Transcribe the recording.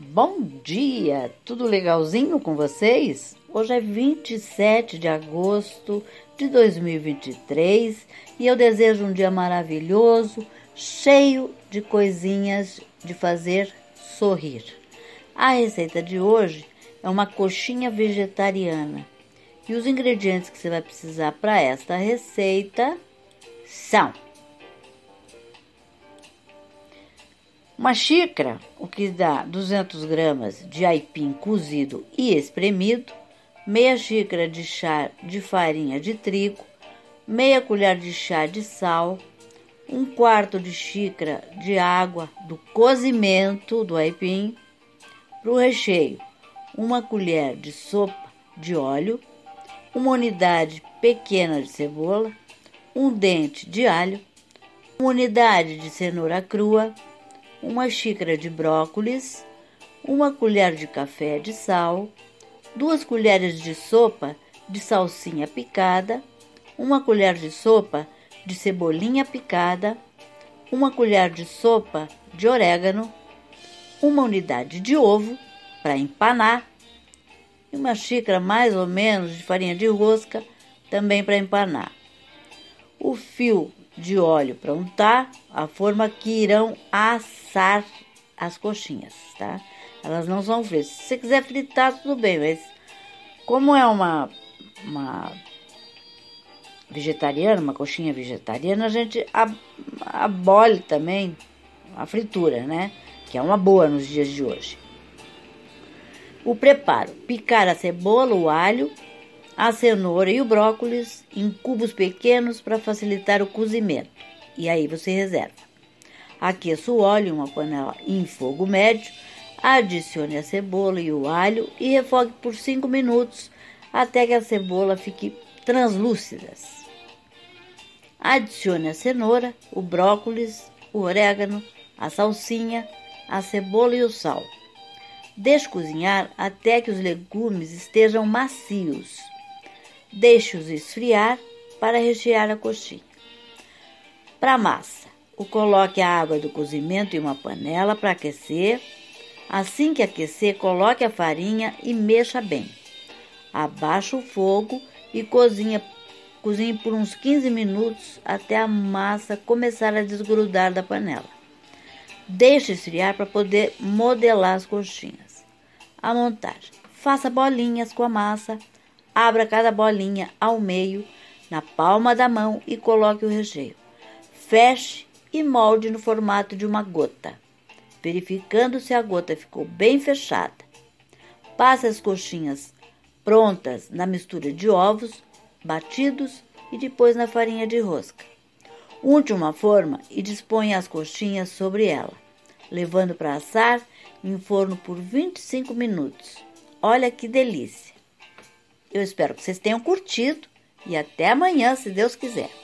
Bom dia! Tudo legalzinho com vocês? Hoje é 27 de agosto de 2023 e eu desejo um dia maravilhoso, cheio de coisinhas de fazer sorrir. A receita de hoje é uma coxinha vegetariana e os ingredientes que você vai precisar para esta receita são uma xícara, o que dá 200 gramas de aipim cozido e espremido, meia xícara de chá de farinha de trigo, meia colher de chá de sal, 1/4 de xícara de água do cozimento do aipim. Para o recheio, 1 colher de sopa de óleo, uma unidade pequena de cebola, um dente de alho, uma unidade de cenoura crua, uma xícara de brócolis, 1 colher de café de sal, 2 colheres de sopa de salsinha picada, 1 colher de sopa de cebolinha picada, 1 colher de sopa de orégano, uma unidade de ovo para empanar e uma xícara mais ou menos de farinha de rosca também para empanar. O fio de óleo para untar a forma que irão assar as coxinhas, tá? Elas não são fritas. Se você quiser fritar, tudo bem, mas como é uma vegetariana, uma coxinha vegetariana, a gente abole também a fritura, né? Que é uma boa nos dias de hoje. O preparo: picar a cebola, o alho, a cenoura e o brócolis em cubos pequenos para facilitar o cozimento. E aí você reserva. Aqueça o óleo em uma panela em fogo médio, adicione a cebola e o alho e refogue por 5 minutos até que a cebola fique translúcidas. Adicione a cenoura, o brócolis, o orégano, a salsinha, a cebola e o sal. Deixe cozinhar até que os legumes estejam macios. Deixe-os esfriar para rechear a coxinha. Para a massa, coloque a água do cozimento em uma panela para aquecer. Assim que aquecer, coloque a farinha e mexa bem. Abaixe o fogo e cozinhe por uns 15 minutos até a massa começar a desgrudar da panela. Deixe esfriar para poder modelar as coxinhas. A montagem: faça bolinhas com a massa, abra cada bolinha ao meio, na palma da mão e coloque o recheio. Feche e molde no formato de uma gota, verificando se a gota ficou bem fechada. Passe as coxinhas prontas na mistura de ovos batidos e depois na farinha de rosca. Unte uma forma e disponha as coxinhas sobre ela, levando para assar em forno por 25 minutos. Olha que delícia! Eu espero que vocês tenham curtido e até amanhã, se Deus quiser.